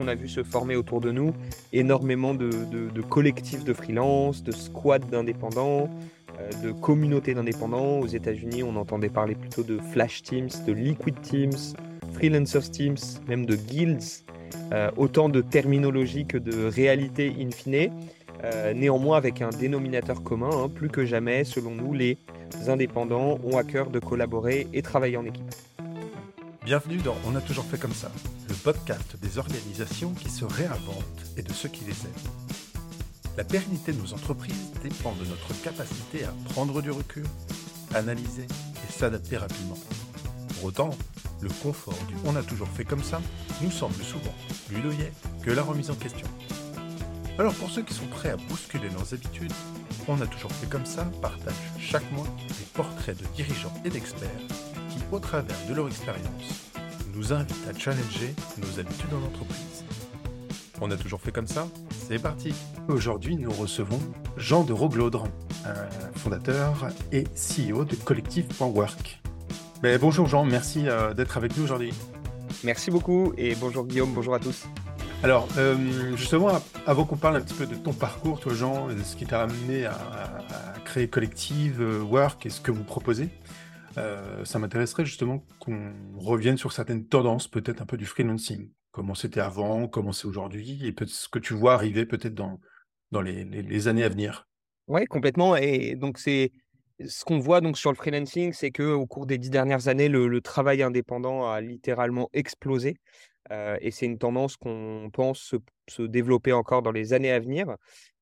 On a vu se former autour de nous énormément de collectifs de freelance, de squads d'indépendants, de communautés d'indépendants. Aux États-Unis, on entendait parler plutôt de Flash Teams, de Liquid Teams, Freelancers Teams, même de Guilds. Autant de terminologie que de réalité in fine. Néanmoins, avec un dénominateur commun, plus que jamais, selon nous, les indépendants ont à cœur de collaborer et travailler en équipe. Bienvenue dans On a toujours fait comme ça, le podcast des organisations qui se réinventent et de ceux qui les aident. La pérennité de nos entreprises dépend de notre capacité à prendre du recul, analyser et s'adapter rapidement. Pour autant, le confort du On a toujours fait comme ça nous semble souvent plus loyer que la remise en question. Alors pour ceux qui sont prêts à bousculer leurs habitudes, On a toujours fait comme ça partage chaque mois des portraits de dirigeants et d'experts qui, au travers de leur expérience, nous invitent à challenger nos habitudes en entreprise. On a toujours fait comme ça, c'est parti. Aujourd'hui, nous recevons Jean de Roglaudre, fondateur et CEO de Collectif.work. Bonjour Jean, merci d'être avec nous aujourd'hui. Merci beaucoup et bonjour Guillaume, bonjour à tous. Alors, justement, avant qu'on parle un petit peu de ton parcours, toi Jean, et de ce qui t'a amené à créer Collective.work et ce que vous proposez, ça m'intéresserait justement qu'on revienne sur certaines tendances, peut-être un peu du freelancing. Comment c'était avant, comment c'est aujourd'hui, et peut-être ce que tu vois arriver peut-être dans les années à venir. Ouais, complètement. Et donc, c'est ce qu'on voit donc sur le freelancing, c'est qu'au cours des 10 dernières années, le travail indépendant a littéralement explosé. Et c'est une tendance qu'on pense se développer encore dans les années à venir.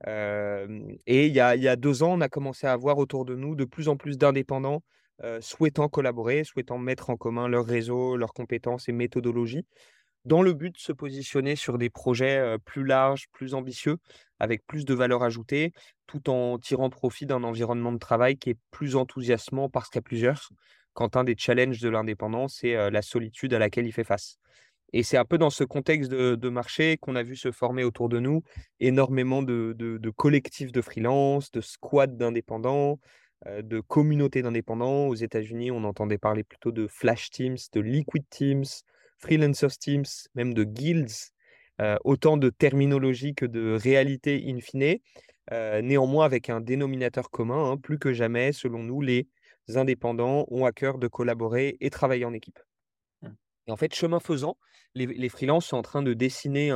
Et il y a 2 ans, on a commencé à voir autour de nous de plus en plus d'indépendants souhaitant collaborer, souhaitant mettre en commun leur réseau, leurs compétences et méthodologies dans le but de se positionner sur des projets, plus larges, plus ambitieux, avec plus de valeur ajoutée, tout en tirant profit d'un environnement de travail qui est plus enthousiasmant parce qu'il y a plusieurs. Quand un des challenges de l'indépendant, c'est, la solitude à laquelle il fait face. Et c'est un peu dans ce contexte de marché qu'on a vu se former autour de nous énormément de collectifs de freelance, de squads d'indépendants, de communautés d'indépendants. Aux États-Unis, on entendait parler plutôt de Flash Teams, de Liquid Teams, Freelancers Teams, même de Guilds. Autant de terminologie que de réalité in fine. Néanmoins, avec un dénominateur commun, plus que jamais, selon nous, les indépendants ont à cœur de collaborer et travailler en équipe. Mm. Et en fait, chemin faisant, les freelances sont en train de dessiner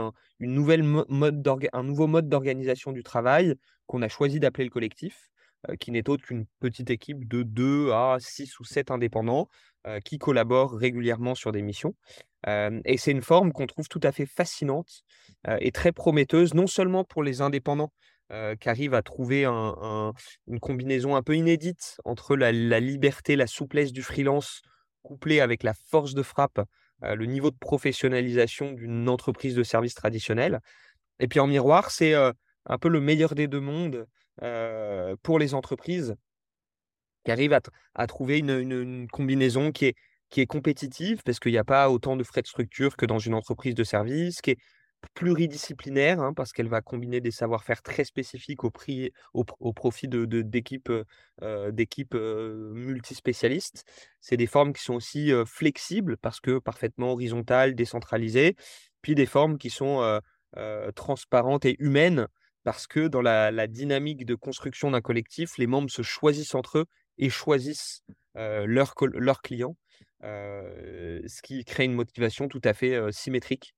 un nouveau mode d'organisation du travail qu'on a choisi d'appeler le collectif, qui n'est autre qu'une petite équipe de 2 à 6 ou 7 indépendants qui collaborent régulièrement sur des missions. Et c'est une forme qu'on trouve tout à fait fascinante et très prometteuse, non seulement pour les indépendants qui arrivent à trouver une combinaison un peu inédite entre la liberté, la souplesse du freelance couplée avec la force de frappe, le niveau de professionnalisation d'une entreprise de services traditionnelle. Et puis en miroir, c'est, un peu le meilleur des 2 mondes, pour les entreprises qui arrivent à trouver une combinaison qui est compétitive parce qu'il y a pas autant de frais de structure que dans une entreprise de service, qui est pluridisciplinaire, parce qu'elle va combiner des savoir-faire très spécifiques au profit d'équipes, multispécialistes. C'est des formes qui sont aussi, flexibles parce que parfaitement horizontales, décentralisées, puis des formes qui sont, transparentes et humaines parce que dans la dynamique de construction d'un collectif, les membres se choisissent entre eux et choisissent, leurs clients, ce qui crée une motivation tout à fait, symétrique.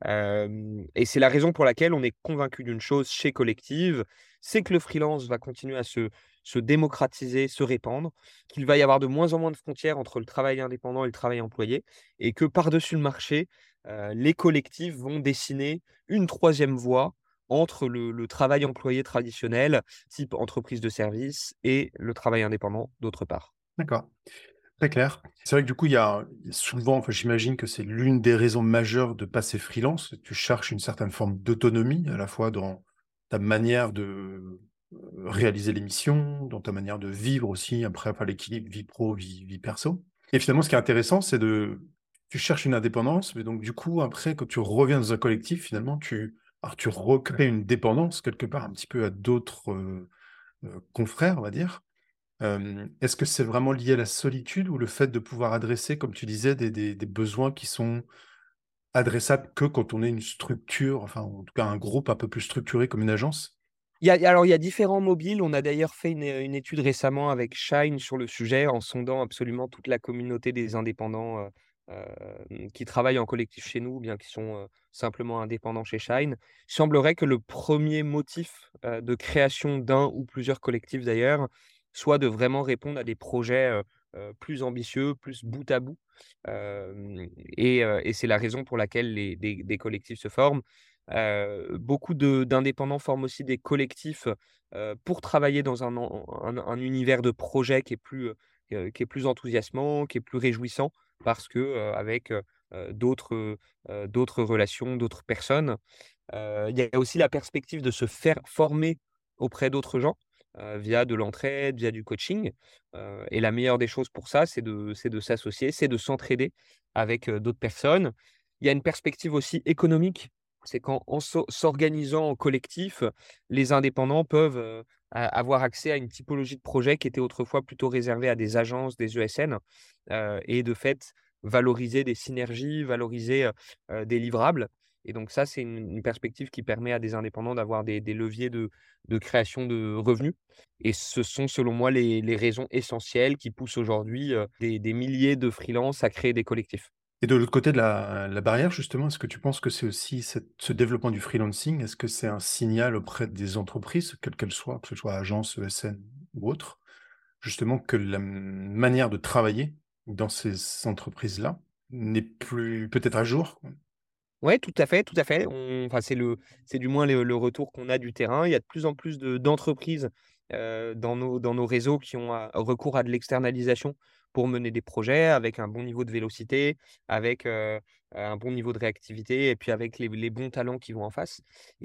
Et c'est la raison pour laquelle on est convaincu d'une chose chez Collective, c'est que le freelance va continuer à se démocratiser, se répandre, qu'il va y avoir de moins en moins de frontières entre le travail indépendant et le travail employé et que par-dessus le marché, les collectifs vont dessiner une troisième voie entre le travail employé traditionnel, type entreprise de service, et le travail indépendant d'autre part. D'accord, très clair. C'est vrai que du coup, il y a souvent, enfin, j'imagine que c'est l'une des raisons majeures de passer freelance. Tu cherches une certaine forme d'autonomie, à la fois dans ta manière de réaliser les missions, dans ta manière de vivre aussi, après, enfin, l'équilibre vie pro, vie perso. Et finalement, ce qui est intéressant, c'est tu cherches une indépendance, mais donc du coup, après, quand tu reviens dans un collectif, finalement, alors, tu recrées une dépendance quelque part un petit peu à d'autres confrères, on va dire. Est-ce que c'est vraiment lié à la solitude ou le fait de pouvoir adresser, comme tu disais, des besoins qui sont adressable que quand on est une structure, enfin, en tout cas, un groupe un peu plus structuré comme une agence? Il y a différents mobiles. On a d'ailleurs fait une étude récemment avec Shine sur le sujet, en sondant absolument toute la communauté des indépendants, qui travaillent en collectif chez nous ou bien qui sont, simplement indépendants chez Shine. Il semblerait que le premier motif, de création d'un ou plusieurs collectifs d'ailleurs, soit de vraiment répondre à des projets, plus ambitieux, plus bout à bout. Et c'est la raison pour laquelle des collectifs se forment. Beaucoup d'indépendants forment aussi des collectifs, pour travailler dans un univers de projet qui est plus enthousiasmant, qui est plus réjouissant parce que, avec, d'autres relations, d'autres personnes. Il y a aussi la perspective de se faire former auprès d'autres gens, via de l'entraide, via du coaching, et la meilleure des choses pour ça, c'est de s'associer, c'est de s'entraider avec, d'autres personnes. Il y a une perspective aussi économique, c'est qu'en s'organisant en collectif, les indépendants peuvent, avoir accès à une typologie de projet qui était autrefois plutôt réservée à des agences, des ESN, et de fait valoriser des synergies, valoriser, des livrables. Et donc ça, c'est une perspective qui permet à des indépendants d'avoir des leviers de création de revenus, et ce sont selon moi les raisons essentielles qui poussent aujourd'hui, des milliers de freelances à créer des collectifs. Et de l'autre côté de la barrière, justement, est-ce que tu penses que c'est aussi ce développement du freelancing, est-ce que c'est un signal auprès des entreprises, quelles qu'elles soient, que ce soit agence, ESN ou autre, justement que la manière de travailler dans ces entreprises-là n'est plus peut-être à jour? Ouais, tout à fait, tout à fait. Enfin, c'est du moins le retour qu'on a du terrain. Il y a de plus en plus d'entreprises, dans nos réseaux qui ont recours à de l'externalisation pour mener des projets avec un bon niveau de vélocité, avec, un bon niveau de réactivité et puis avec les bons talents qui vont en face.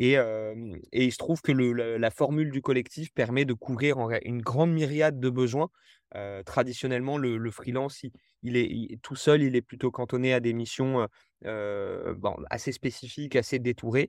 Et il se trouve que la formule du collectif permet de couvrir une grande myriade de besoins. Traditionnellement, le freelance, il est tout seul, il est plutôt cantonné à des missions, bon, assez spécifique, assez détouré.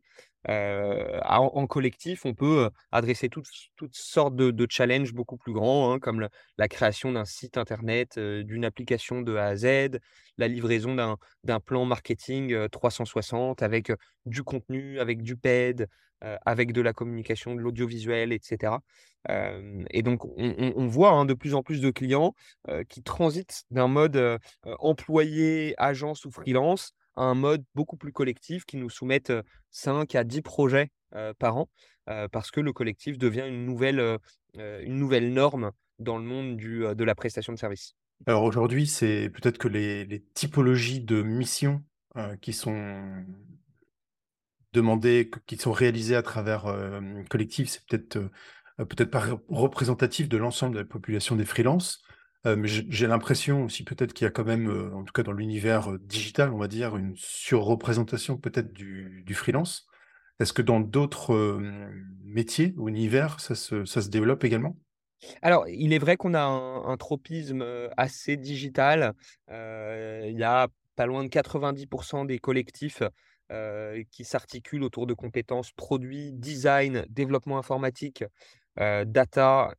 En collectif, on peut, adresser toutes sortes de challenges beaucoup plus grands, hein, comme la création d'un site internet, d'une application de A à Z, la livraison d'un plan marketing, 360 avec, du contenu, avec du paid, avec de la communication, de l'audiovisuel et cetera. Et donc on voit, hein, de plus en plus de clients, qui transitent d'un mode, employé, agence ou freelance à un mode beaucoup plus collectif qui nous soumettent, 5 à 10 projets, par an, parce que le collectif devient une nouvelle norme dans le monde de la prestation de service. Alors aujourd'hui, c'est peut-être que les typologies de missions, qui sont demandées, qui sont réalisées à travers, collectif, c'est peut-être, peut-être pas représentatif de l'ensemble de la population des freelances. Mais j'ai l'impression aussi peut-être qu'il y a quand même, en tout cas dans l'univers, digital, on va dire, une surreprésentation peut-être du freelance. Est-ce que dans d'autres, métiers ou univers, ça se développe également? Alors, il est vrai qu'on a un tropisme, assez digital. Il y a pas loin de 90 des collectifs, qui s'articulent autour de compétences produits, design, développement informatique, data,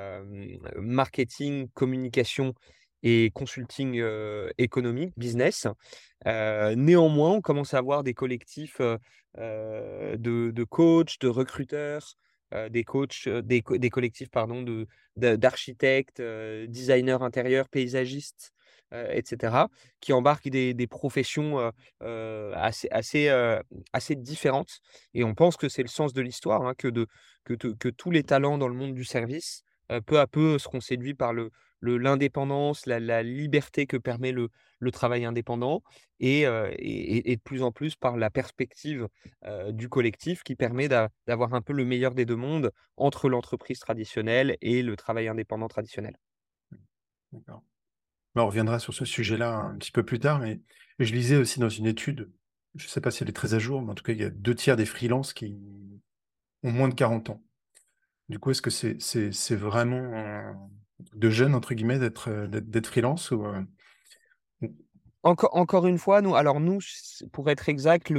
marketing, communication et consulting, économique, business. Néanmoins, on commence à avoir des collectifs, de coachs, de recruteurs, des coachs, des collectifs pardon d'architectes, designers intérieurs, paysagistes, et cetera, qui embarquent des professions, assez différentes. Et on pense que c'est le sens de l'histoire, hein, que tous les talents dans le monde du service, peu à peu seront séduits par l'indépendance, la liberté que permet le travail indépendant, et de plus en plus par la perspective, du collectif qui permet d'avoir un peu le meilleur des 2 mondes entre l'entreprise traditionnelle et le travail indépendant traditionnel. D'accord. Bah, on reviendra sur ce sujet-là un petit peu plus tard, mais je lisais aussi dans une étude, je ne sais pas si elle est très à jour, mais en tout cas, il y a 2 tiers des freelances qui ont moins de 40 ans. Du coup, est-ce que c'est vraiment de «jeune» entre guillemets d'être freelance ou, ou Encore une fois, nous, pour être exact,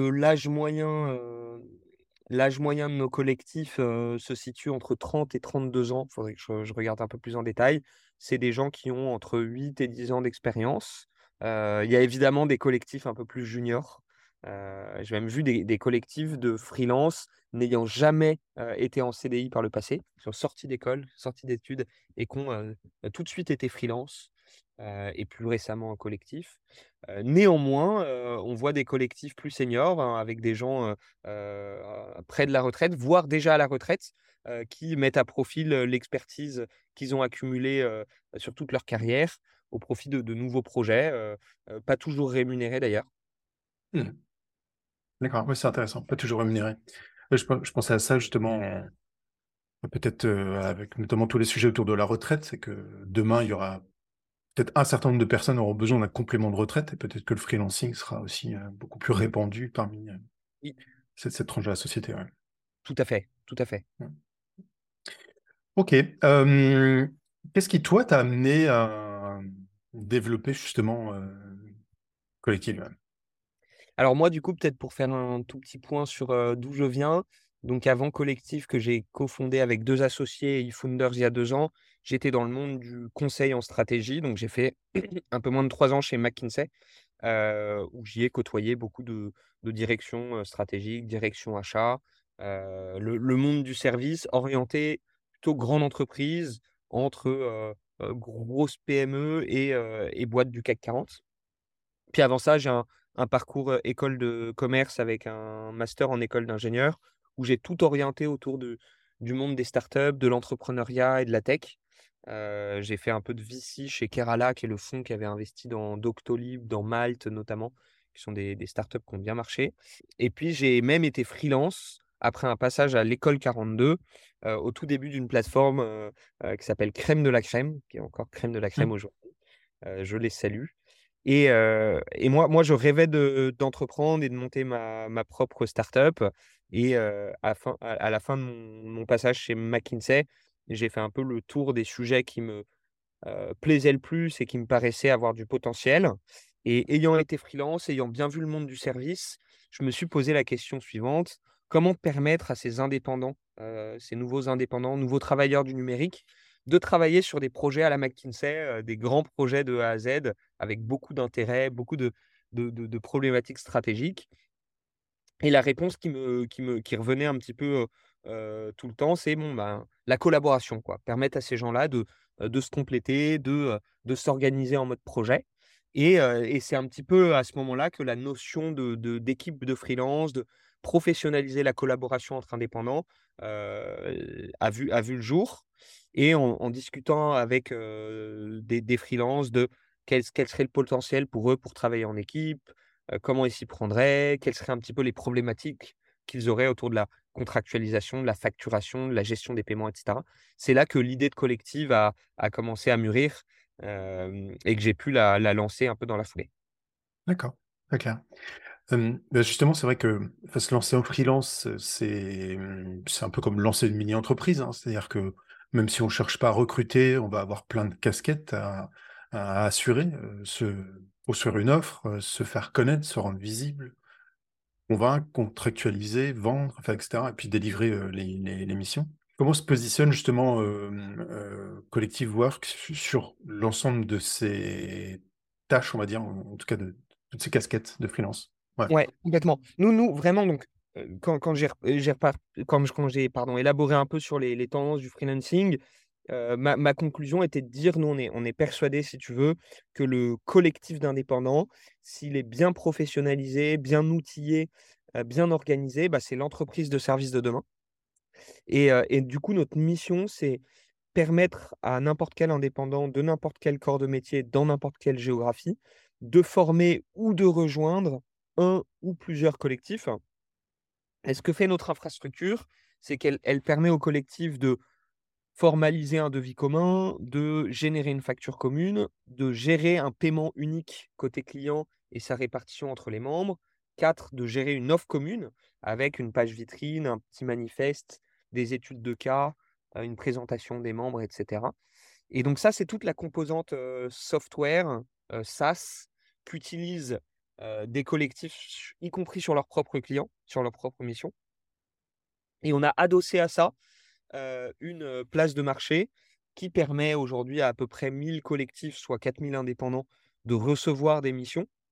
l'âge moyen de nos collectifs, se situe entre 30 et 32 ans. Il faudrait que je regarde un peu plus en détail. C'est des gens qui ont entre 8 et 10 ans d'expérience. Il y a évidemment des collectifs un peu plus juniors, J'ai même vu des collectifs de freelance n'ayant jamais, été en CDI par le passé, qui sont sortis d'école, sortis d'études et qui ont, tout de suite été freelance, et plus récemment en collectif. Néanmoins, on voit des collectifs plus seniors, hein, avec des gens, près de la retraite, voire déjà à la retraite, qui mettent à profit l'expertise qu'ils ont accumulée, sur toute leur carrière, au profit de nouveaux projets, pas toujours rémunérés d'ailleurs. Mmh. D'accord, ouais, c'est intéressant, pas toujours rémunéré. Ouais, je pensais à ça justement, peut-être, avec notamment tous les sujets autour de la retraite, c'est que demain, il y aura peut-être un certain nombre de personnes auront besoin d'un complément de retraite et peut-être que le freelancing sera aussi, beaucoup plus répandu parmi, Oui, cette tranche de la société, ouais. tout à fait, tout à fait. Mmh. OK, qu'est-ce qui toi t'a amené à développer justement, Collective? Ouais. Alors moi, du coup, peut-être pour faire un tout petit point sur, d'où je viens. Donc avant Collectif que j'ai cofondé avec 2 associés et eFounders il y a 2 ans, j'étais dans le monde du conseil en stratégie. Donc j'ai fait un peu moins de 3 ans chez McKinsey, où j'y ai côtoyé beaucoup de directions, stratégiques, direction achat, le monde du service orienté plutôt grande entreprise entre, grosses PME et boîtes du CAC 40. Puis avant ça, j'ai un parcours, école de commerce avec un master en école d'ingénieur où j'ai tout orienté autour du monde des startups, de l'entrepreneuriat et de la tech. J'ai fait un peu de VC chez Kerala, qui est le fonds qui avait investi dans Doctolib, dans Malte notamment, qui sont des startups qui ont bien marché. Et puis j'ai même été freelance après un passage à l'école 42, au tout début d'une plateforme, qui s'appelle Crème de la Crème, qui est encore Crème de la Crème Mmh. aujourd'hui. Je les salue. Et moi, je rêvais d'entreprendre et de monter ma propre start-up et à la fin de mon passage chez McKinsey, j'ai fait un peu le tour des sujets qui me, plaisaient le plus et qui me paraissaient avoir du potentiel. Et ayant été freelance, ayant bien vu le monde du service, je me suis posé la question suivante: comment permettre à ces indépendants, ces nouveaux indépendants, nouveaux travailleurs du numérique, de travailler sur des projets à la McKinsey, des grands projets de A à Z avec beaucoup d'intérêt, beaucoup de problématiques stratégiques? Et la réponse qui revenait un petit peu, tout le temps, c'est bon, ben, la collaboration, quoi. Permettre à ces gens-là de se compléter, de s'organiser en mode projet. Et c'est un petit peu à ce moment-là que la notion d'équipe de freelance, de professionnaliser la collaboration entre indépendants, a vu le jour. Et en discutant avec, des freelances de quel serait le potentiel pour eux pour travailler en équipe, comment ils s'y prendraient, quelles seraient un petit peu les problématiques qu'ils auraient autour de la contractualisation, de la facturation, de la gestion des paiements et cetera. C'est là que l'idée de collective a commencé à mûrir, et que j'ai pu la lancer un peu dans la foulée. D'accord, très clair. Bah, justement, c'est vrai que, enfin, se lancer en freelance, c'est un peu comme lancer une mini-entreprise, hein. C'est-à-dire que même si on cherche pas à recruter, on va avoir plein de casquettes à assurer, se construire une offre, se faire connaître, se rendre visible, convaincre, contractualiser, vendre, enfin et cetera et puis délivrer, les missions. Comment se positionne justement, Collective Work sur l'ensemble de ces tâches, on va dire, en tout cas de toutes ces casquettes de freelance? Ouais. Ouais, complètement. Nous vraiment donc, quand j'ai pardon, élaboré un peu sur les tendances du freelancing, ma conclusion était de dire: «Nous, on est persuadés, si tu veux, que le collectif d'indépendants, s'il est bien professionnalisé, bien outillé, bien organisé, bah, c'est l'entreprise de service de demain». Et du coup, notre mission, c'est permettre à n'importe quel indépendant de n'importe quel corps de métier, dans n'importe quelle géographie, de former ou de rejoindre un ou plusieurs collectifs. Et ce que fait notre infrastructure, c'est qu'elle permet au collectif de formaliser un devis commun, de générer une facture commune, de gérer un paiement unique côté client et sa répartition entre les membres. 4, de gérer une offre commune avec une page vitrine, un petit manifeste, des études de cas, une présentation des membres, et cetera. Et donc ça, c'est toute la composante, software, SaaS qu'utilisent, des collectifs, y compris sur leurs propres clients, sur leurs propres missions. Et on a adossé à ça, une, place de marché qui permet aujourd'hui à peu près 1 000 collectifs, soit 4 000 indépendants, de recevoir des missions.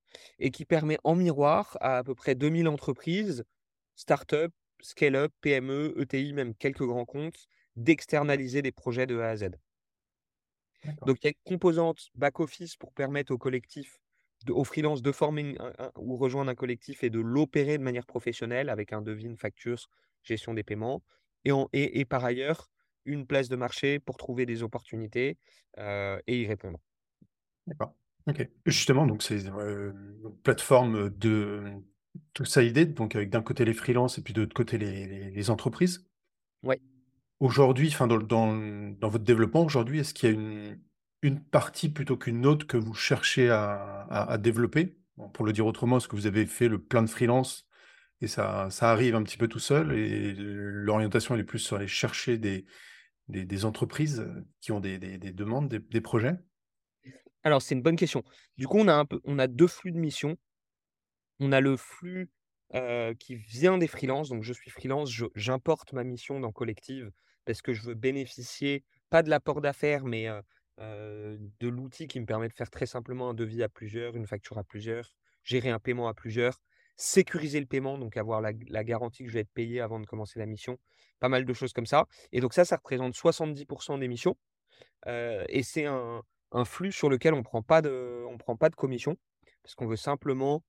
et qui permet en miroir à peu près 2 000 entreprises, start-up, scale-up, PME, ETI, même quelques grands comptes, d'externaliser des projets de A à Z. D'accord. Donc il y a une composante back-office pour permettre au collectif aux freelances de former ou rejoindre un collectif et de l'opérer de manière professionnelle avec un devis, une facture, gestion des paiements et par ailleurs, une place de marché pour trouver des opportunités, et y répondre. D'accord. OK. Justement, donc c'est, une plateforme de tout ça idée, donc avec d'un côté les freelances et puis de l'autre côté les entreprises. Ouais. Aujourd'hui, enfin dans votre développement aujourd'hui, est-ce qu'il y a une partie plutôt qu'une autre que vous cherchez à développer? Bon, pour le dire autrement, est-ce que vous avez fait le plein de freelance et ça arrive un petit peu tout seul et l'orientation elle est plus sur aller chercher des entreprises, qui ont des demandes, des projets? Alors c'est une bonne question. Du coup, on a 2 flux de missions. On a le flux, qui vient des freelances, donc je suis freelance, j'importe ma mission dans Collective parce que je veux bénéficier, pas de l'apport d'affaires, mais de l'outil qui me permet de faire très simplement un devis à plusieurs, une facture à plusieurs, gérer un paiement à plusieurs, sécuriser le paiement, donc avoir la garantie que je vais être payé avant de commencer la mission. Pas mal de choses comme ça et donc ça représente 70 des missions. Et c'est un flux sur lequel on prend pas de commission, parce qu'on veut simplement,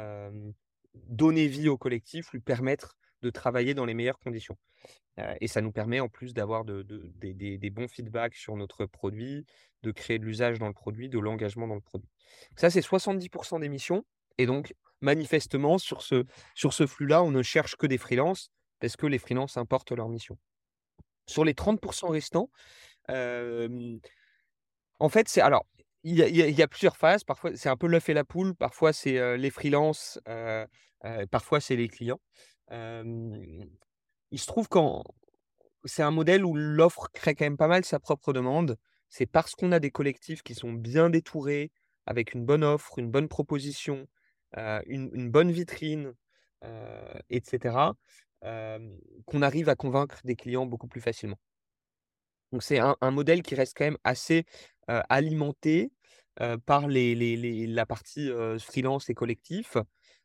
donner vie au collectif, lui permettre de travailler dans les meilleures conditions. Et ça nous permet en plus d'avoir des bons feedbacks sur notre produit, de créer de l'usage dans le produit, de l'engagement dans le produit. Ça, c'est 70 des missions et donc manifestement sur ce flux-là, on ne cherche que des freelances parce que les freelances importent leurs missions. Sur les 30 restants, hem en fait, il y a plusieurs phases. Parfois, c'est un peu l'œuf et la poule. Parfois, c'est, les freelances, parfois, c'est les clients. Hem, il se trouve qu'en c'est un modèle où l'offre crée quand même pas mal sa propre demande. C'est parce qu'on a des collectifs qui sont bien détourés, avec une bonne offre, une bonne proposition, une bonne vitrine, et cetera, qu'on arrive à convaincre des clients beaucoup plus facilement. Donc c'est un modèle qui reste quand même assez, alimenté, par la partie, freelance et collectif,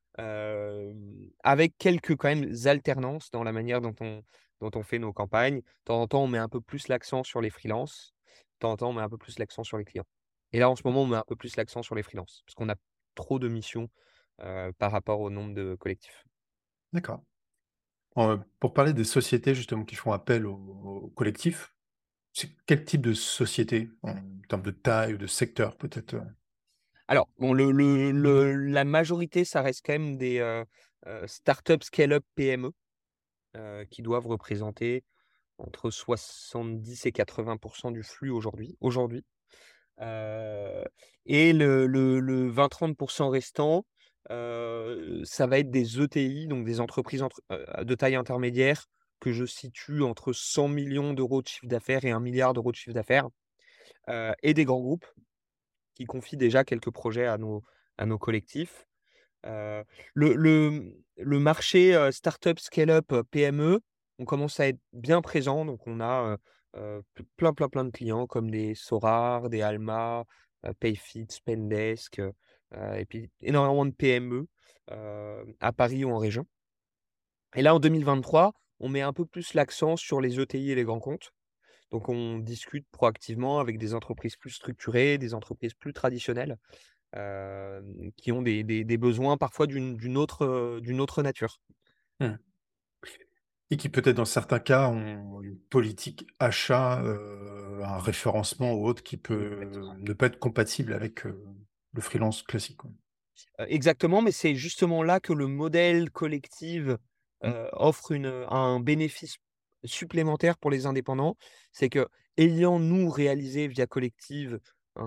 avec quelques quand même alternances dans la manière dont on fait nos campagnes. De temps en temps, on met un peu plus l'accent sur les freelances, de temps en temps, on met un peu plus l'accent sur les clients. Et là, en ce moment, on met un peu plus l'accent sur les freelances, parce qu'on a trop de missions, par rapport au nombre de collectifs. D'accord. Pour parler des sociétés justement qui font appel au collectif, c'est quel type de société en termes de taille ou de secteur peut-être, Alors, bon, la majorité, ça reste quand même des, start-up, scale-up, PME, qui doivent représenter entre 70 et 80 du flux aujourd'hui. Heu et le 20-30 restant, ça va être des ETI, donc des entreprises de taille intermédiaire que je situe entre 100 millions d'euros de chiffre d'affaires et 1 milliard d'euros de chiffre d'affaires, et des grands groupes qui confient déjà quelques projets à nos collectifs. Heu, le marché, start-up, scale-up, PME, on commence à être bien présent, donc on a, plein de clients comme des Sorar, des Alma, Payfit, Spendesk, et puis énormément de PME, à Paris ou en région. Et là, en 2023, on met un peu plus l'accent sur les ETI et les grands comptes. Donc on discute proactivement avec des entreprises plus structurées, des entreprises plus traditionnelles, qui ont des besoins parfois d'une autre nature. mmh, et qui peut-être dans certains cas ont une politique achat, un référencement ou autre qui peut Exactement. ne pas être compatible avec, le freelance classique, quoi. Exactement, mais c'est justement là que le modèle collective, Mmh, offre un bénéfice supplémentaire pour les indépendants. C'est qu'ayant nous réalisé via collective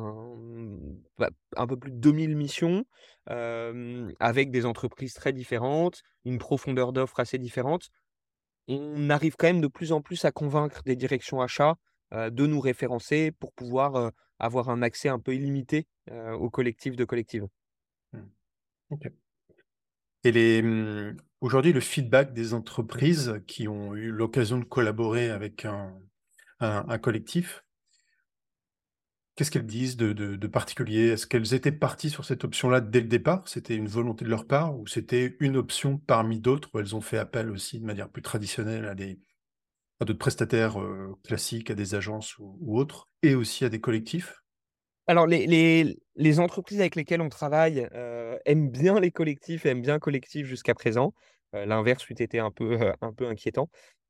un peu plus de 2 000 missions, avec des entreprises très différentes, une profondeur d'offres assez différente. On arrive quand même de plus en plus à convaincre des directions achats, de nous référencer pour pouvoir, avoir un accès un peu illimité, au collectif de collective. mmh, OK. Et aujourd'hui, le feedback des entreprises qui ont eu l'occasion de collaborer avec un collectif, Qu'est-ce qu'elles disent de particulier? Est-ce qu'elles étaient parties sur cette option-là dès le départ? C'était une volonté de leur part ou c'était une option parmi d'autres où elles ont fait appel aussi de manière plus traditionnelle à d'autres prestataires, classiques, à des agences ou autres et aussi à des collectifs? Alors les entreprises avec lesquelles on travaille, aiment bien les collectifs, aiment bien collectif jusqu'à présent. L'inverse eût été un peu inquiétant.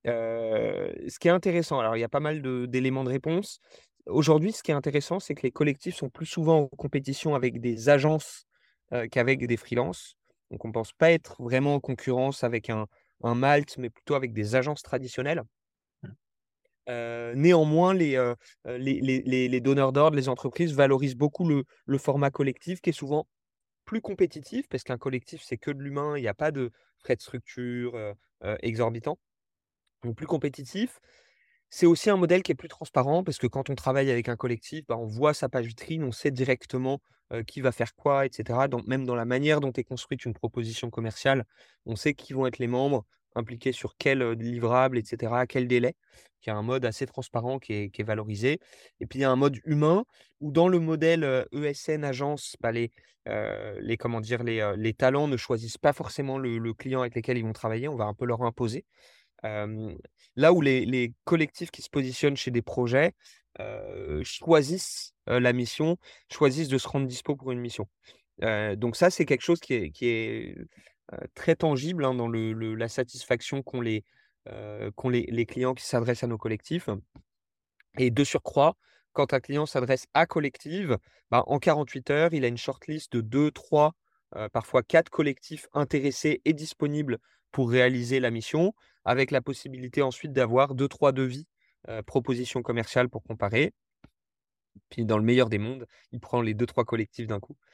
Ce qui est intéressant, alors il y a pas mal d'éléments de réponse. Aujourd'hui, ce qui est intéressant, c'est que les collectifs sont plus souvent en compétition avec des agences, qu'avec des freelances. Donc on ne pense pas être vraiment en concurrence avec un Malt, mais plutôt avec des agences traditionnelles. Mmh. Néanmoins, les donneurs d'ordre, les entreprises valorisent beaucoup le format collectif qui est souvent plus compétitif parce qu'un collectif, c'est que de l'humain, il y a pas de frais de structure, exorbitants, donc plus compétitif. C'est aussi un modèle qui est plus transparent parce que quand on travaille avec un collectif, bah, on voit sa page vitrine, on sait directement, qui va faire quoi et cetera. Donc même dans la manière dont est construite une proposition commerciale, on sait qui vont être les membres, impliqués sur quel, livrable et cetera, à quel délai. Il y a un mode assez transparent qui est valorisé et puis il y a un mode humain où dans le modèle, ESN agence, bah, les comment dire? Les talents ne choisissent pas forcément le client avec lequel ils vont travailler, on va un peu leur imposer. Hem, Là où les collectifs qui se positionnent chez des projets, choisissent, la mission, choisissent de se rendre dispo pour une mission. Donc ça, c'est quelque chose qui est très tangible, hein, dans la satisfaction qu'ont les clients qui s'adressent à nos collectifs. Et de surcroît, quand un client s'adresse à Collective, bah, en 48 heures, il a une shortlist de 2, 3, parfois 4 collectifs intéressés et disponibles pour réaliser la mission, avec la possibilité ensuite d'avoir 2, 3 devis, propositions commerciales pour comparer. Puis dans le meilleur des mondes, il prend les 2, 3 collectifs d'un coup.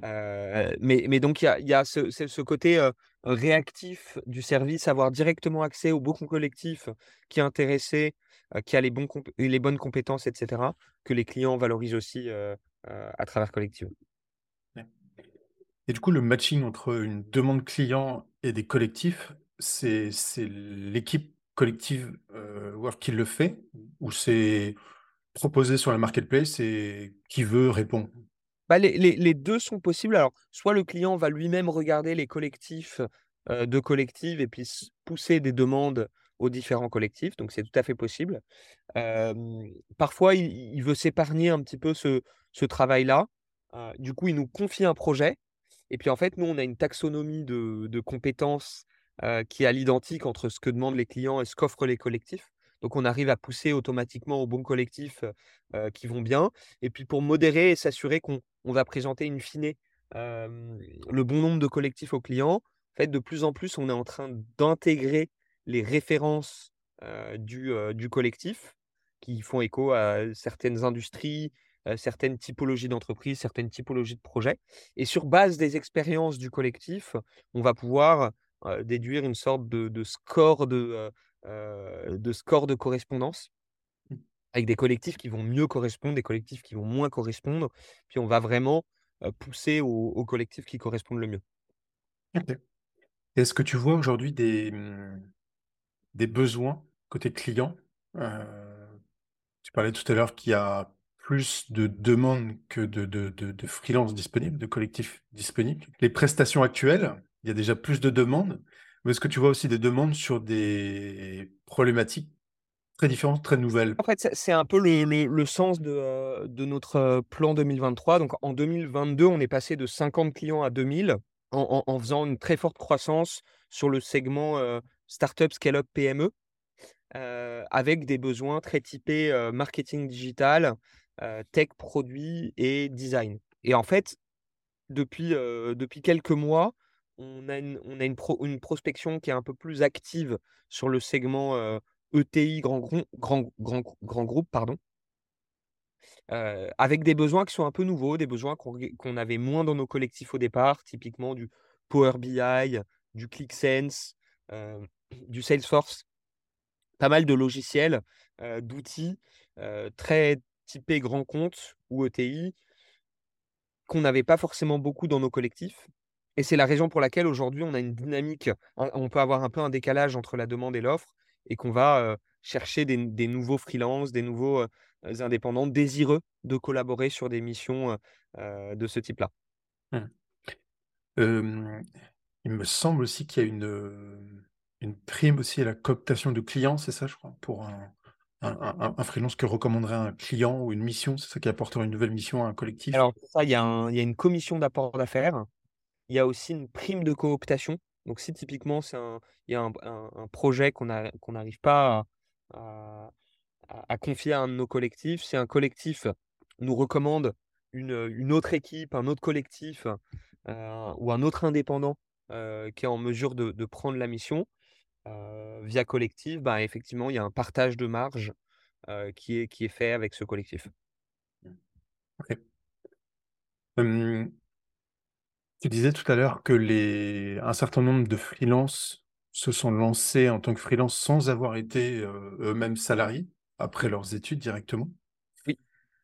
Mais donc il y a ce côté, réactif du service, avoir directement accès au bon collectif qui est intéressé, qui a les bonnes compétences et cetera, que les clients valorisent aussi, à travers Collective. Ouais. Et du coup, le matching entre une demande client et des collectifs, c'est l'équipe collective, Work qui le fait? Ou c'est proposé sur la marketplace et qui veut répond? Bah, les 2 sont possibles. Alors, soit le client va lui-même regarder les collectifs, de Collective et puis pousser des demandes aux différents collectifs, donc c'est tout à fait possible. Parfois, il veut s'épargner un petit peu ce travail-là. Du coup, il nous confie un projet et puis, en fait, nous, on a une taxonomie de compétences, qui est à l'identique entre ce que demandent les clients et ce qu'offrent les collectifs. Donc on arrive à pousser automatiquement aux bons collectifs, qui vont bien et puis pour modérer et s'assurer qu'on va présenter in fine, le bon nombre de collectifs aux clients. En fait, de plus en plus, on est en train d'intégrer les références, du collectif qui font écho à certaines industries, certaines typologies d'entreprises, certaines typologies de projets et sur base des expériences du collectif, on va pouvoir, déduire une sorte de score de correspondance Mmh. avec des collectifs qui vont mieux correspondre, des collectifs qui vont moins correspondre. Puis on va vraiment, pousser aux collectifs qui correspondent le mieux. OK. Est-ce que tu vois aujourd'hui des besoins côté client? Tu parlais tout à l'heure qu'il y a plus de demandes que de freelances disponibles, de collectifs disponibles. Les prestations actuelles, il y a déjà plus de demandes, mais est-ce que tu vois aussi des demandes sur des problématiques très différentes, très nouvelles? En fait, c'est un peu le sens de notre, plan 2023. Donc en 2022, on est passé de 50 clients à 2 000 en faisant une très forte croissance sur le segment, start-up, scale-up, PME. Avec des besoins très typés, marketing digital, tech, produit et design. Et en fait, depuis quelques mois, on a une prospection qui est un peu plus active sur le segment, ETI grand groupe, pardon, avec des besoins qui sont un peu nouveaux, des besoins qu'on avait moins dans nos collectifs au départ, typiquement du Power BI, du ClickSense, du Salesforce. Pas mal de logiciels, d'outils, très typés grands comptes ou ETI, qu'on n'avait pas forcément beaucoup dans nos collectifs et c'est la raison pour laquelle aujourd'hui on a une dynamique, on peut avoir un peu un décalage entre la demande et l'offre et qu'on va, chercher des nouveaux freelances, des nouveaux, indépendants désireux de collaborer sur des missions, de ce type-là. Mmh. Hem, il me semble aussi qu'il y a une prime aussi à la cooptation de clients, c'est ça je crois? Pour un freelance que recommanderait un client ou une mission, c'est ça qui apporterait une nouvelle mission à un collectif? Alors ça, il y a une commission d'apport d'affaires. Il y a aussi une prime de cooptation. Donc si typiquement il y a un projet qu'on n'arrive pas à à confier à un de nos collectifs, si un collectif nous recommande une autre équipe, un autre collectif, ou un autre indépendant, qui est en mesure de prendre la mission, via collectif, bah, effectivement, il y a un partage de marge, qui est fait avec ce collectif. OK. Hem, tu disais tout à l'heure que un certain nombre de freelances se sont lancés en tant que freelance sans avoir été, eux-mêmes salariés, après leurs études directement. Oui.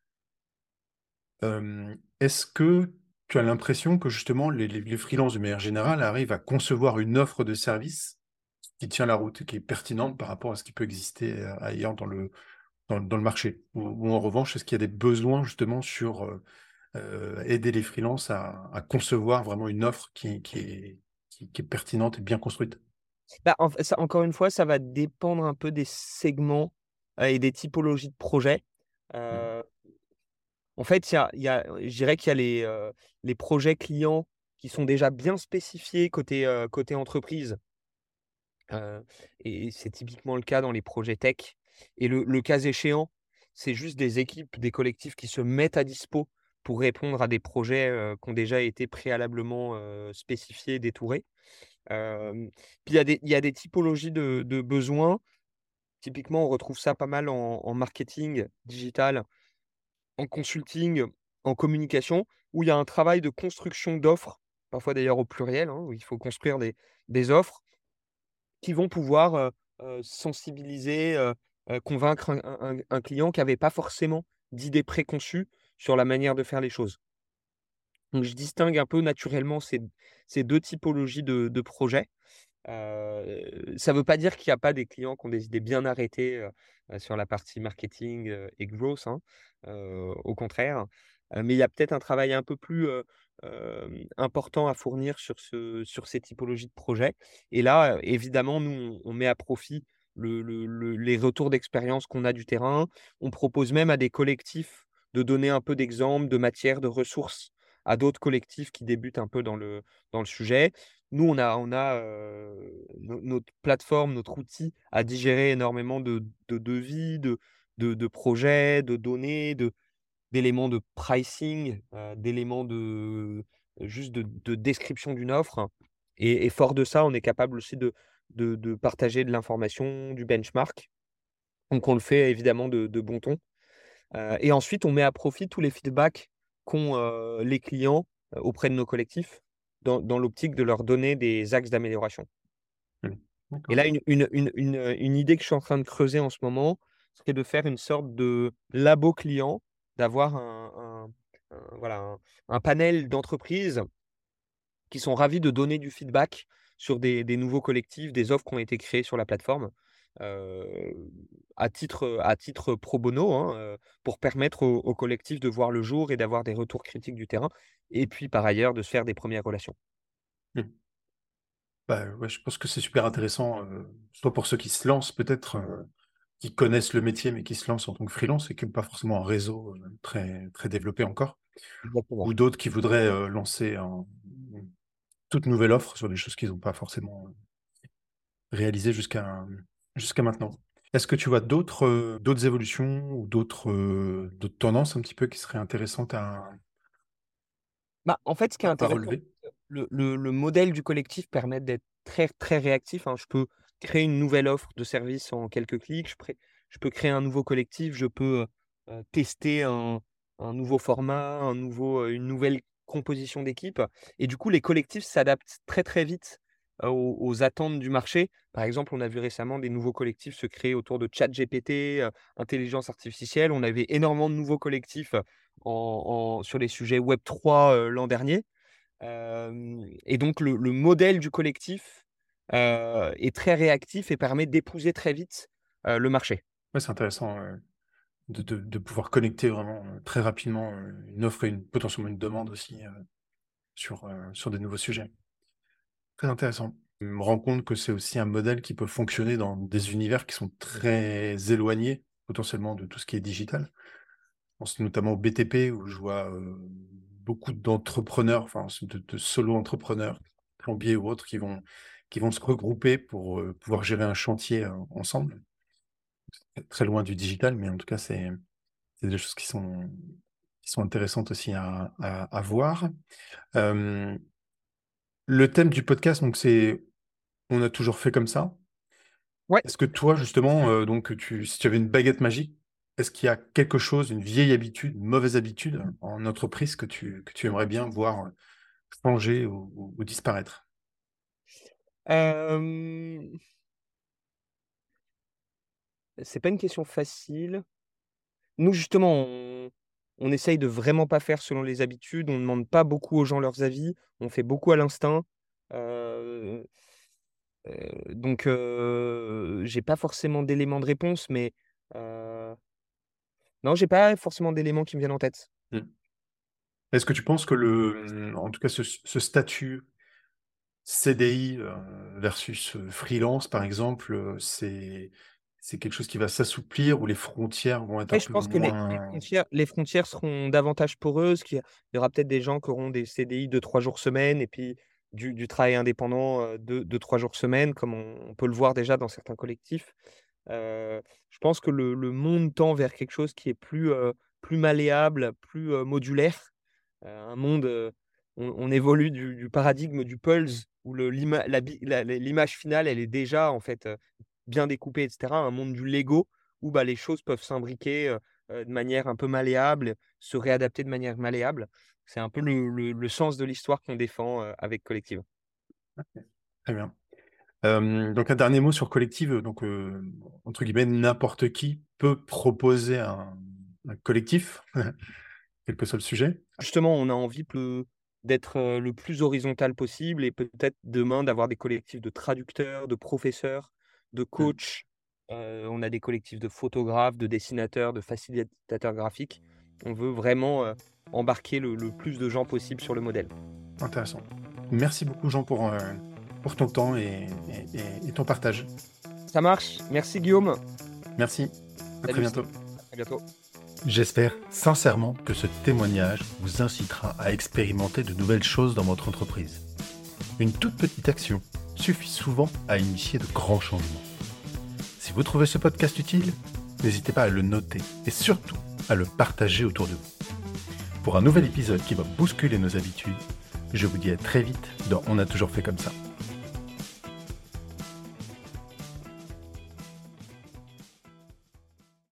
Est-ce que tu as l'impression que justement les freelances de manière générale arrivent à concevoir une offre de service qui tient la route, qui est pertinente par rapport à ce qui peut exister, ailleurs dans le marché? Ou en revanche, est-ce qu'il y a des besoins justement sur, aider les freelances à concevoir vraiment une offre qui est pertinente et bien construite? Bah, en fait, ça encore une fois, ça va dépendre un peu des segments, et des typologies de projets. Mmh. Heu, En fait, je dirais qu'il y a les projets clients qui sont déjà bien spécifiés côté entreprise, heu et c'est typiquement le cas dans les projets tech et le cas échéant, c'est juste des équipes, des collectifs qui se mettent à dispo pour répondre à des projets, qui ont déjà été préalablement, spécifiés, détourés. Puis il y a des typologies de besoins. Typiquement, on retrouve ça pas mal en marketing digital, en consulting, en communication, où il y a un travail de construction d'offres, parfois d'ailleurs au pluriel, hein, où il faut construire des offres qui vont pouvoir, sensibiliser, convaincre un client qui n'avait pas forcément d'idées préconçues sur la manière de faire les choses. Donc je distingue un peu naturellement ces 2 typologies de projets. Ça ne veut pas dire qu'il y a pas des clients qui ont des idées bien arrêtées, sur la partie marketing, et growth, hein, au contraire. Mais il y a peut-être un travail un peu plus, important à fournir sur ces typologies de projets et là, évidemment, nous, on met à profit les retours d'expérience qu'on a du terrain. On propose même à des collectifs de donner un peu d'exemples, de matières, de ressources à d'autres collectifs qui débutent un peu dans le sujet. Nous, on a, notre plateforme, notre outil a digéré énormément de devis, de projets, de données, d'éléments de pricing, d'éléments juste de description d'une offre et fort de ça, on est capable aussi de partager de l'information, du benchmark. Donc on le fait évidemment de bon ton. Et ensuite, on met à profit tous les feedbacks qu'ont, les clients, auprès de nos collectifs, dans l'optique de leur donner des axes d'amélioration. Mmh. Et D'accord. là, une idée que je suis en train de creuser en ce moment, serait de faire une sorte de labo client, d'avoir voilà, un panel d'entreprises qui sont ravis de donner du feedback sur des nouveaux collectifs, des offres qui ont été créées sur la plateforme, heu, à titre pro bono, hein, pour permettre aux collectifs de voir le jour et d'avoir des retours critiques du terrain et puis par ailleurs de se faire des premières relations. Mmh. Bah, ouais, je pense que c'est super intéressant, soit pour ceux qui se lancent peut-être, qui connaissent le métier, mais qui se lancent en tant que freelance et qui ont pas forcément un réseau, très très développé encore. Exactement. Ou d'autres qui voudraient, lancer une toute nouvelle offre sur des choses qu'ils n'ont pas forcément, réalisées jusqu'à maintenant. Est-ce que tu vois d'autres évolutions ou d'autres tendances un petit peu qui seraient intéressantes Bah, en fait, ce qui est à intéressant, relever? c'est que le modèle du collectif permet d'être très, très réactif, hein. Je peux créer une nouvelle offre de service en quelques clics. Je peux créer un nouveau collectif. Je peux, tester un nouveau format, une nouvelle composition d'équipe et du coup, les collectifs s'adaptent très, très vite, aux attentes du marché. Par exemple, on a vu récemment des nouveaux collectifs se créer autour de ChatGPT, intelligence artificielle. On avait énormément de nouveaux collectifs sur les sujets Web3, l'an dernier. Et donc le modèle du collectif, est très réactif et permet d'épouser très vite, le marché. Ouais, c'est intéressant, de pouvoir connecter vraiment très rapidement une offre et potentiellement une demande aussi sur des nouveaux sujets. Très intéressant. Je me rends compte que c'est aussi un modèle qui peut fonctionner dans des univers qui sont très éloignés potentiellement de tout ce qui est digital. Je pense notamment au BTP où je vois beaucoup d'entrepreneurs, enfin de solo-entrepreneurs, plombiers ou autres, qui vont se regrouper pour pouvoir gérer un chantier ensemble. Très loin du digital, mais en tout cas, c'est des choses qui sont intéressantes aussi à voir. Euh, le thème du podcast, donc c'est On a toujours fait comme ça. Ouais. Est-ce que toi, justement, donc si tu avais une baguette magique, est-ce qu'il y a quelque chose, une vieille habitude, une mauvaise habitude en entreprise que tu aimerais bien voir changer ou disparaître? Hem, c'est pas une question facile. Nous, justement, on essaye de vraiment pas faire selon les habitudes. On ne demande pas beaucoup aux gens leurs avis. On fait beaucoup à l'instinct. Heu j'ai pas forcément d'éléments de réponse, mais heu, non, j'ai pas forcément d'éléments qui me viennent en tête. Hmm. Est-ce que tu penses que en tout cas, ce statut CDI versus freelance, par exemple, c'est quelque chose qui va s'assouplir ou les frontières vont être un Ouais, je peu pense que les moins. frontières seront davantage poreuses, qu'il y aura peut-être des gens qui auront des CDI de 3 jours semaine et puis du travail indépendant, de 3 jours semaine, comme on peut le voir déjà dans certains collectifs. Je pense que le monde tend vers quelque chose qui est plus malléable, plus, modulaire. Un monde, on évolue du paradigme du Pulse où l'image finale, elle est déjà en fait, bien découpée et cetera. Un monde du Lego où, bah, les choses peuvent s'imbriquer, de manière un peu malléable, se réadapter de manière malléable. C'est un peu le sens de l'histoire qu'on défend, avec Collective. Très bien. Donc un dernier mot sur Collective, donc entre guillemets, n'importe qui peut proposer un collectif, quel que soit le sujet. Justement, on a envie d'être, le plus horizontal possible et peut-être demain d'avoir des collectifs de traducteurs, de professeurs, de Mmh. coachs. On a des collectifs de photographes, de dessinateurs, de facilitateurs graphiques. On veut vraiment, embarquer le plus de gens possible sur le modèle. Intéressant. Merci beaucoup Jean pour ton temps et ton partage. Ça marche. Merci Guillaume. Merci, à très Salut, bientôt. à très bientôt. J'espère sincèrement que ce témoignage vous incitera à expérimenter de nouvelles choses dans votre entreprise. Une toute petite action suffit souvent à initier de grands changements. Si vous trouvez ce podcast utile, n'hésitez pas à le noter et surtout à le partager autour de vous. Pour un nouvel épisode qui va bousculer nos habitudes, je vous dis à très vite dans On a toujours fait comme ça.